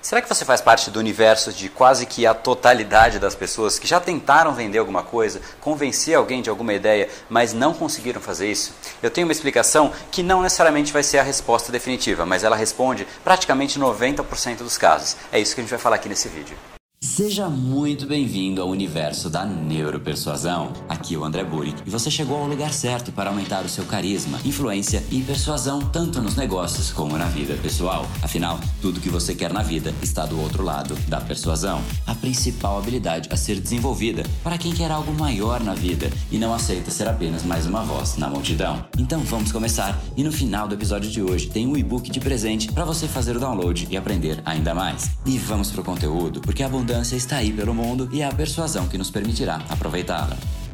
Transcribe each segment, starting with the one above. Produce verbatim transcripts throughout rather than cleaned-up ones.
Será que você faz parte do universo de quase que a totalidade das pessoas que já tentaram vender alguma coisa, convencer alguém de alguma ideia, mas não conseguiram fazer isso? Eu tenho uma explicação que não necessariamente vai ser a resposta definitiva, mas ela responde praticamente noventa por cento dos casos. É isso que a gente vai falar aqui nesse vídeo. Seja muito bem-vindo ao universo da neuropersuasão. Aqui é o André Buri e você chegou ao lugar certo para aumentar o seu carisma, influência e persuasão tanto nos negócios como na vida pessoal. Afinal, tudo que você quer na vida está do outro lado da persuasão. A principal habilidade a ser desenvolvida para quem quer algo maior na vida e não aceita ser apenas mais uma voz na multidão. Então vamos começar e no final do episódio de hoje tem um e-book de presente para você fazer o download e aprender ainda mais. E vamos pro conteúdo, porque a abundância está aí pelo mundo e é a persuasão que nos permitirá aproveitá-la.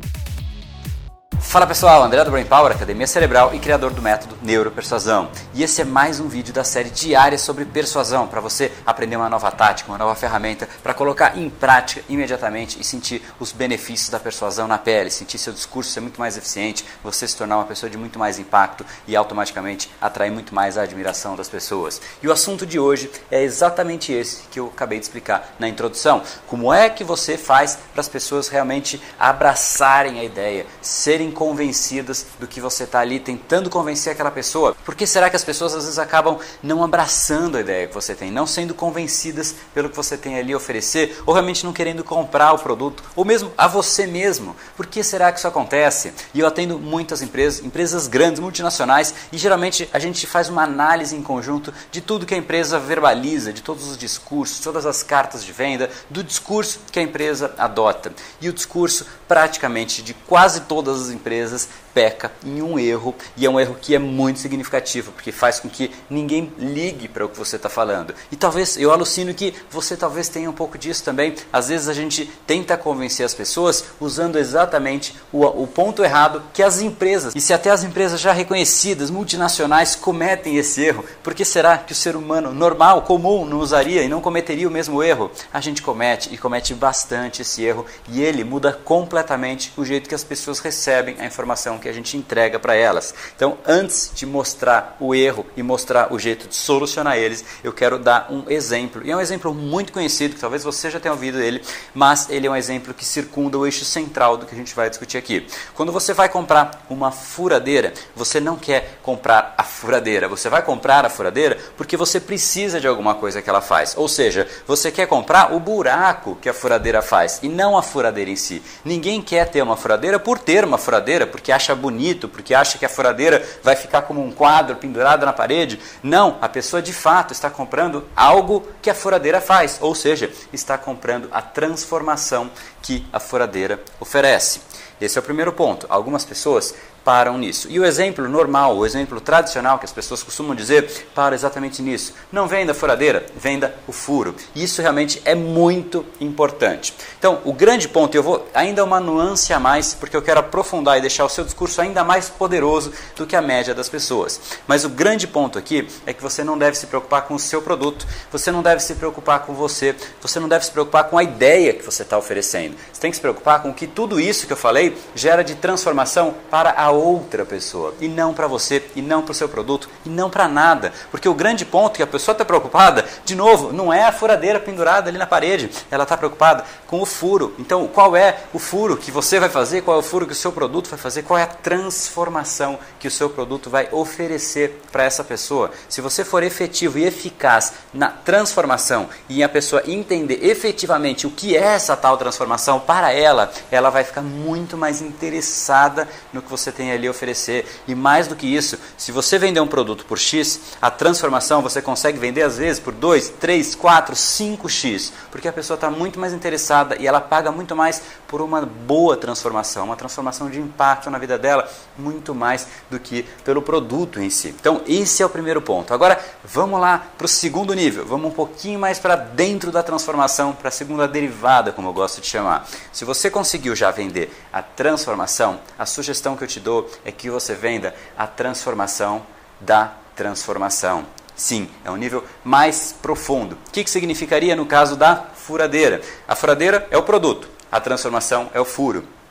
Fala pessoal, André do Brain Power, Academia Cerebral e criador do método Neuropersuasão. E esse é mais um vídeo da série diária sobre persuasão, para você aprender uma nova tática, uma nova ferramenta, para colocar em prática imediatamente e sentir os benefícios da persuasão na pele, sentir seu discurso ser muito mais eficiente, você se tornar uma pessoa de muito mais impacto e automaticamente atrair muito mais a admiração das pessoas. E o assunto de hoje é exatamente esse que eu acabei de explicar na introdução. Como é que você faz para as pessoas realmente abraçarem a ideia, serem convencidas do que você está ali tentando convencer aquela pessoa? Por que será que as pessoas às vezes acabam não abraçando a ideia que você tem, não sendo convencidas pelo que você tem ali a oferecer, ou realmente não querendo comprar o produto, ou mesmo a você mesmo? Por que será que isso acontece? E eu atendo muitas empresas, empresas grandes, multinacionais, e geralmente a gente faz uma análise em conjunto de tudo que a empresa verbaliza, de todos os discursos, todas as cartas de venda, do discurso que a empresa adota. E o discurso praticamente de quase todas as empresas empresas peca em um erro, e é um erro que é muito significativo, porque faz com que ninguém ligue para o que você está falando. E talvez, eu alucino que você talvez tenha um pouco disso também. Às vezes a gente tenta convencer as pessoas usando exatamente o, o ponto errado que as empresas, e se até as empresas já reconhecidas, multinacionais, cometem esse erro, por que será que o ser humano normal, comum, não usaria e não cometeria o mesmo erro? A gente comete, e comete bastante esse erro, e ele muda completamente o jeito que as pessoas recebem a informação que a gente entrega para elas. Então, antes de mostrar o erro e mostrar o jeito de solucionar eles, eu quero dar um exemplo. E é um exemplo muito conhecido, que talvez você já tenha ouvido ele, mas ele é um exemplo que circunda o eixo central do que a gente vai discutir aqui. Quando você vai comprar uma furadeira, você não quer comprar a furadeira. Você vai comprar a furadeira porque você precisa de alguma coisa que ela faz. Ou seja, você quer comprar o buraco que a furadeira faz e não a furadeira em si. Ninguém quer ter uma furadeira por ter uma furadeira, porque acha bonito, porque acha que a furadeira vai ficar como um quadro pendurado na parede. Não, a pessoa de fato está comprando algo que a furadeira faz, ou seja, está comprando a transformação que a furadeira oferece. Esse é o primeiro ponto. Algumas pessoas param nisso. E o exemplo normal, o exemplo tradicional que as pessoas costumam dizer, para exatamente nisso. Não venda a furadeira, venda o furo. Isso realmente é muito importante. Então, o grande ponto, eu vou ainda uma nuance a mais, porque eu quero aprofundar e deixar o seu discurso ainda mais poderoso do que a média das pessoas. Mas o grande ponto aqui é que você não deve se preocupar com o seu produto, você não deve se preocupar com você, você não deve se preocupar com a ideia que você está oferecendo. Você tem que se preocupar com o que tudo isso que eu falei gera de transformação para a outra pessoa, e não para você, e não para o seu produto, e não para nada. Porque o grande ponto que a pessoa está preocupada, de novo, não é a furadeira pendurada ali na parede, ela está preocupada com o furo. Então, qual é o furo que você vai fazer, qual é o furo que o seu produto vai fazer, qual é a transformação que o seu produto vai oferecer para essa pessoa. Se você for efetivo e eficaz na transformação, e a pessoa entender efetivamente o que é essa tal transformação para ela, ela vai ficar muito mais interessada no que você tem ali a oferecer. E mais do que isso, se você vender um produto por X, a transformação você consegue vender às vezes por dois, três, quatro, cinco X, porque a pessoa está muito mais interessada e ela paga muito mais por uma boa transformação, uma transformação de impacto na vida dela, muito mais do que pelo produto em si. Então esse é o primeiro ponto. Agora vamos lá para o segundo nível, vamos um pouquinho mais para dentro da transformação, para a segunda derivada, como eu gosto de chamar. Se você conseguiu já vender a transformação, a sugestão que eu te dou é que você venda a transformação da transformação. Sim, é um nível mais profundo. O que, que significaria no caso da furadeira? A furadeira é o produto, a transformação é o furo.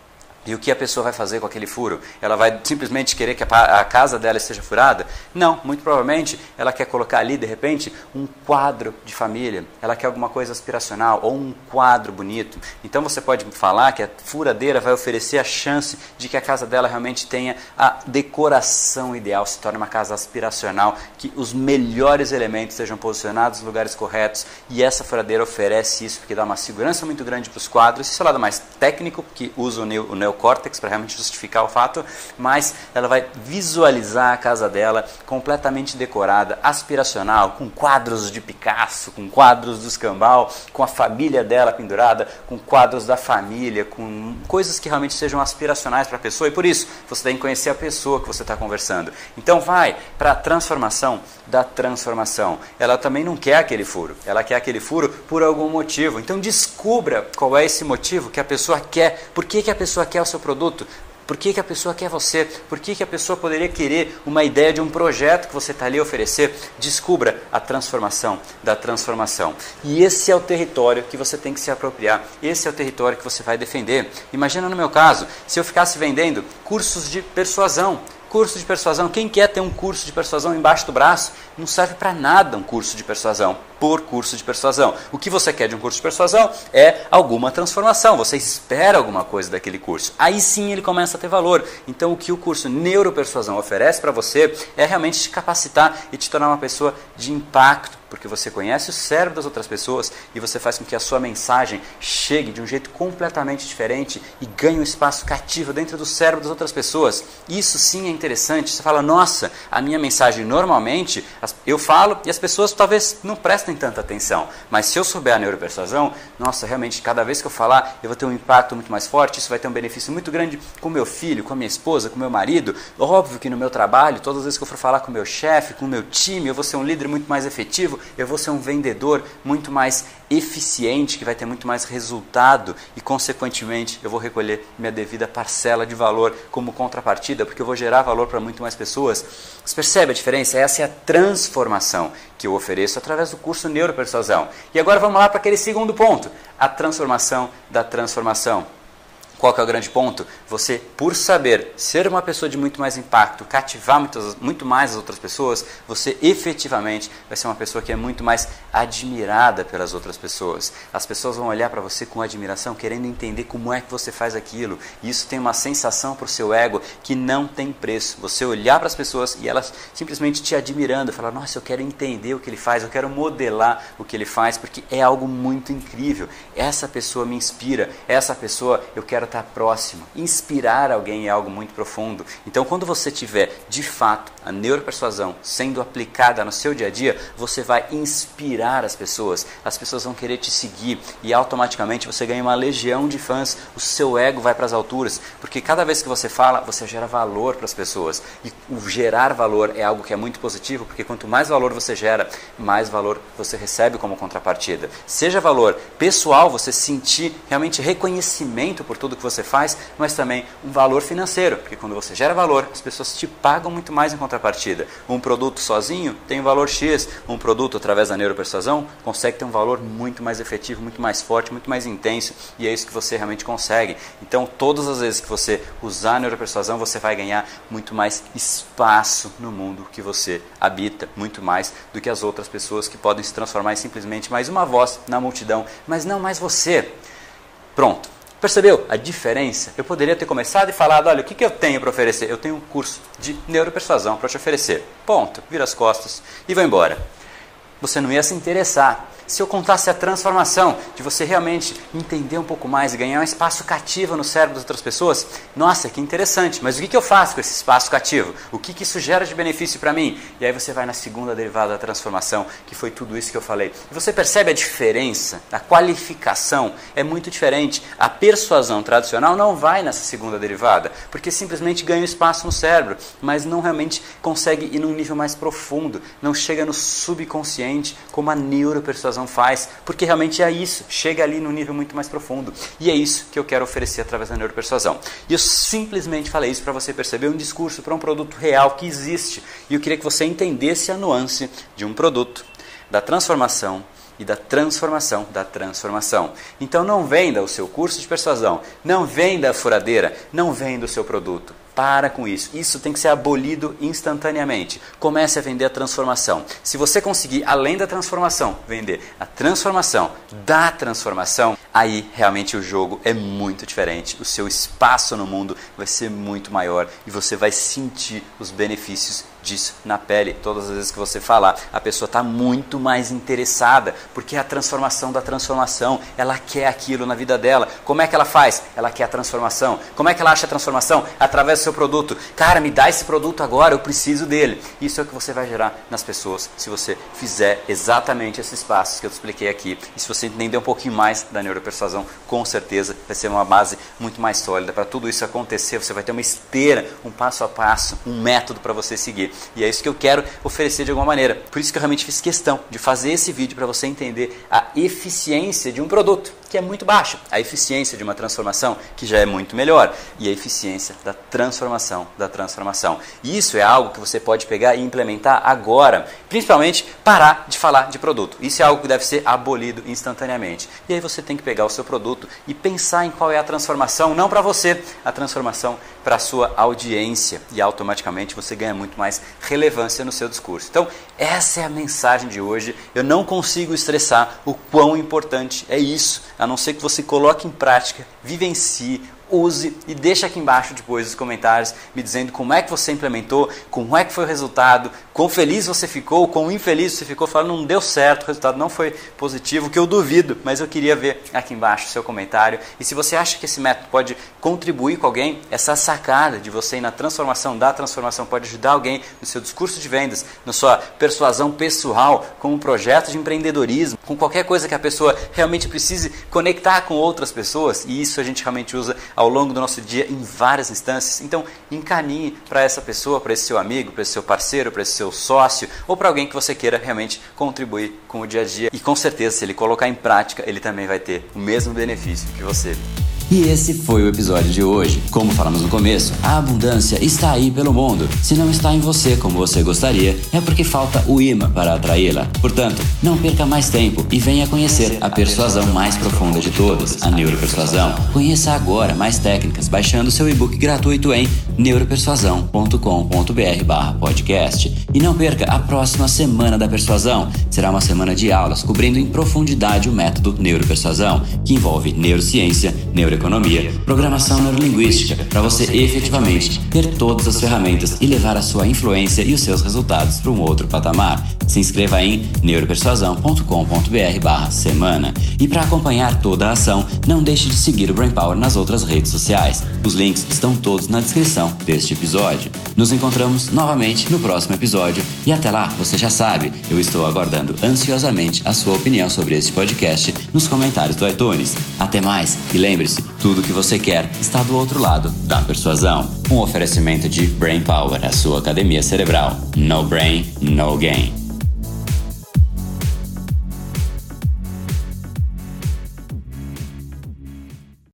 E o que a pessoa vai fazer com aquele furo? Ela vai simplesmente querer que a casa dela esteja furada? Não, muito provavelmente ela quer colocar ali, de repente, um quadro de família. Ela quer alguma coisa aspiracional ou um quadro bonito. Então você pode falar que a furadeira vai oferecer a chance de que a casa dela realmente tenha a decoração ideal, se torne uma casa aspiracional, que os melhores elementos sejam posicionados nos lugares corretos. E essa furadeira oferece isso porque dá uma segurança muito grande para os quadros. Isso é o lado mais técnico, que usa o neo, o neo córtex para realmente justificar o fato, mas ela vai visualizar a casa dela completamente decorada, aspiracional, com quadros de Picasso, com quadros do Escambau, com a família dela pendurada, com quadros da família, com coisas que realmente sejam aspiracionais para a pessoa, e por isso você tem que conhecer a pessoa que você está conversando. Então vai para a transformação da transformação. Ela também não quer aquele furo, ela quer aquele furo por algum motivo. Então descubra qual é esse motivo que a pessoa quer, por que, que a pessoa quer o seu produto, por que, que a pessoa quer você, por que, que a pessoa poderia querer uma ideia de um projeto que você está ali a oferecer. Descubra a transformação da transformação. E esse é o território que você tem que se apropriar, esse é o território que você vai defender. Imagina no meu caso, se eu ficasse vendendo cursos de persuasão. Curso de persuasão, quem quer ter um curso de persuasão embaixo do braço? Não serve para nada um curso de persuasão, por curso de persuasão. O que você quer de um curso de persuasão é alguma transformação, você espera alguma coisa daquele curso. Aí sim ele começa a ter valor. Então o que o curso Neuropersuasão oferece para você é realmente te capacitar e te tornar uma pessoa de impacto, porque você conhece o cérebro das outras pessoas e você faz com que a sua mensagem chegue de um jeito completamente diferente e ganhe um espaço cativo dentro do cérebro das outras pessoas. Isso sim é interessante. Você fala, nossa, a minha mensagem normalmente, eu falo e as pessoas talvez não prestem tanta atenção, mas se eu souber a neuropersuasão, nossa, realmente cada vez que eu falar eu vou ter um impacto muito mais forte, isso vai ter um benefício muito grande com o meu filho, com a minha esposa, com o meu marido. Óbvio que no meu trabalho, todas as vezes que eu for falar com o meu chefe, com o meu time, eu vou ser um líder muito mais efetivo, eu vou ser um vendedor muito mais eficiente, que vai ter muito mais resultado e, consequentemente, eu vou recolher minha devida parcela de valor como contrapartida, porque eu vou gerar valor para muito mais pessoas. Você percebe a diferença? Essa é a transformação que eu ofereço através do curso Neuropersuasão. E agora vamos lá para aquele segundo ponto, a transformação da transformação. Qual que é o grande ponto? Você, por saber ser uma pessoa de muito mais impacto, cativar muitas, muito mais as outras pessoas, você efetivamente vai ser uma pessoa que é muito mais admirada pelas outras pessoas. As pessoas vão olhar para você com admiração, querendo entender como é que você faz aquilo. E isso tem uma sensação para o seu ego que não tem preço. Você olhar para as pessoas e elas simplesmente te admirando, falar, nossa, eu quero entender o que ele faz, eu quero modelar o que ele faz, porque é algo muito incrível. Essa pessoa me inspira, essa pessoa eu quero estar próximo. Inspirar alguém é algo muito profundo. Então, quando você tiver, de fato, a neuropersuasão sendo aplicada no seu dia a dia, você vai inspirar as pessoas. As pessoas vão querer te seguir e automaticamente você ganha uma legião de fãs. O seu ego vai para as alturas, porque cada vez que você fala, você gera valor para as pessoas. E o gerar valor é algo que é muito positivo, porque quanto mais valor você gera, mais valor você recebe como contrapartida. Seja valor pessoal, você sentir realmente reconhecimento por tudo que você faz, mas também um valor financeiro, porque quando você gera valor, as pessoas te pagam muito mais em contrapartida. Um produto sozinho tem um valor X, um produto através da neuropersuasão consegue ter um valor muito mais efetivo, muito mais forte, muito mais intenso, e é isso que você realmente consegue. Então, todas as vezes que você usar a neuropersuasão, você vai ganhar muito mais espaço no mundo que você habita, muito mais do que as outras pessoas que podem se transformar em simplesmente mais uma voz na multidão, mas não mais você. Pronto. Percebeu a diferença? Eu poderia ter começado e falado, olha, o que, que eu tenho para oferecer? Eu tenho um curso de neuropersuasão para te oferecer. Ponto. Vira as costas e vai embora. Você não ia se interessar. Se eu contasse a transformação de você realmente entender um pouco mais e ganhar um espaço cativo no cérebro das outras pessoas, nossa, que interessante, mas o que, que eu faço com esse espaço cativo? O que, que isso gera de benefício para mim? E aí você vai na segunda derivada da transformação, que foi tudo isso que eu falei. E você percebe a diferença? A qualificação é muito diferente. A persuasão tradicional não vai nessa segunda derivada, porque simplesmente ganha um espaço no cérebro, mas não realmente consegue ir num nível mais profundo, não chega no subconsciente como a neuropersuasão faz, porque realmente é isso, chega ali num nível muito mais profundo, e é isso que eu quero oferecer através da neuropersuasão. E eu simplesmente falei isso para você perceber um discurso para um produto real que existe, e eu queria que você entendesse a nuance de um produto, da transformação e da transformação da transformação. Então não venda o seu curso de persuasão, não venda a furadeira, não venda o seu produto. Para com isso. Isso tem que ser abolido instantaneamente. Comece a vender a transformação. Se você conseguir, além da transformação, vender a transformação da transformação, aí realmente o jogo é muito diferente. O seu espaço no mundo vai ser muito maior e você vai sentir os benefícios disso na pele. Todas as vezes que você falar, a pessoa está muito mais interessada, porque é a transformação da transformação. Ela quer aquilo na vida dela. Como é que ela faz? Ela quer a transformação. Como é que ela acha a transformação? Através do seu produto. Cara, me dá esse produto agora, eu preciso dele. Isso é o que você vai gerar nas pessoas se você fizer exatamente esses passos que eu te expliquei aqui. E se você entender um pouquinho mais da neuropersuasão, com certeza vai ser uma base muito mais sólida. Para tudo isso acontecer, você vai ter uma esteira, um passo a passo, um método para você seguir. E é isso que eu quero oferecer de alguma maneira. Por isso que eu realmente fiz questão de fazer esse vídeo para você entender a eficiência de um produto, que é muito baixo, a eficiência de uma transformação, que já é muito melhor, e a eficiência da transformação da transformação. E isso é algo que você pode pegar e implementar agora, principalmente parar de falar de produto. Isso é algo que deve ser abolido instantaneamente. E aí você tem que pegar o seu produto e pensar em qual é a transformação, não para você, a transformação para a sua audiência, e automaticamente você ganha muito mais relevância no seu discurso. Então, essa é a mensagem de hoje. Eu não consigo estressar o quão importante é isso, a não ser que você coloque em prática, vivencie, use e deixa aqui embaixo depois os comentários me dizendo como é que você implementou, como é que foi o resultado, quão feliz você ficou, quão infeliz você ficou, falando não deu certo, o resultado não foi positivo, que eu duvido, mas eu queria ver aqui embaixo o seu comentário. E se você acha que esse método pode contribuir com alguém, essa sacada de você ir na transformação da transformação pode ajudar alguém no seu discurso de vendas, na sua persuasão pessoal, com um projeto de empreendedorismo, com qualquer coisa que a pessoa realmente precise conectar com outras pessoas, e isso a gente realmente usa ao longo do nosso dia em várias instâncias. Então encaminhe para essa pessoa, para esse seu amigo, para esse seu parceiro, para esse seu sócio ou para alguém que você queira realmente contribuir com o dia a dia. E com certeza, se ele colocar em prática, ele também vai ter o mesmo benefício que você. E esse foi o episódio de hoje. Como falamos no começo, a abundância está aí pelo mundo. Se não está em você como você gostaria, é porque falta o imã para atraí-la. Portanto, não perca mais tempo e venha conhecer a persuasão mais profunda de todas, a neuropersuasão. Conheça agora mais técnicas baixando seu e-book gratuito em neuropersuasão ponto com ponto br barra podcast. E não perca a próxima Semana da Persuasão. Será uma semana de aulas cobrindo em profundidade o método neuropersuasão, que envolve neurociência, neuroeconomia, economia, programação neurolinguística, para você efetivamente ter todas as ferramentas e levar a sua influência e os seus resultados para um outro patamar. Se inscreva em neuropersuasão ponto com ponto br barra semana. E para acompanhar toda a ação, não deixe de seguir o Brain Power nas outras redes sociais. Os links estão todos na descrição deste episódio. Nos encontramos novamente no próximo episódio e até lá, você já sabe, eu estou aguardando ansiosamente a sua opinião sobre este podcast nos comentários do iTunes. Até mais e lembre-se, tudo o que você quer está do outro lado da persuasão. Um oferecimento de Brain Power, a sua academia cerebral. No brain, no gain.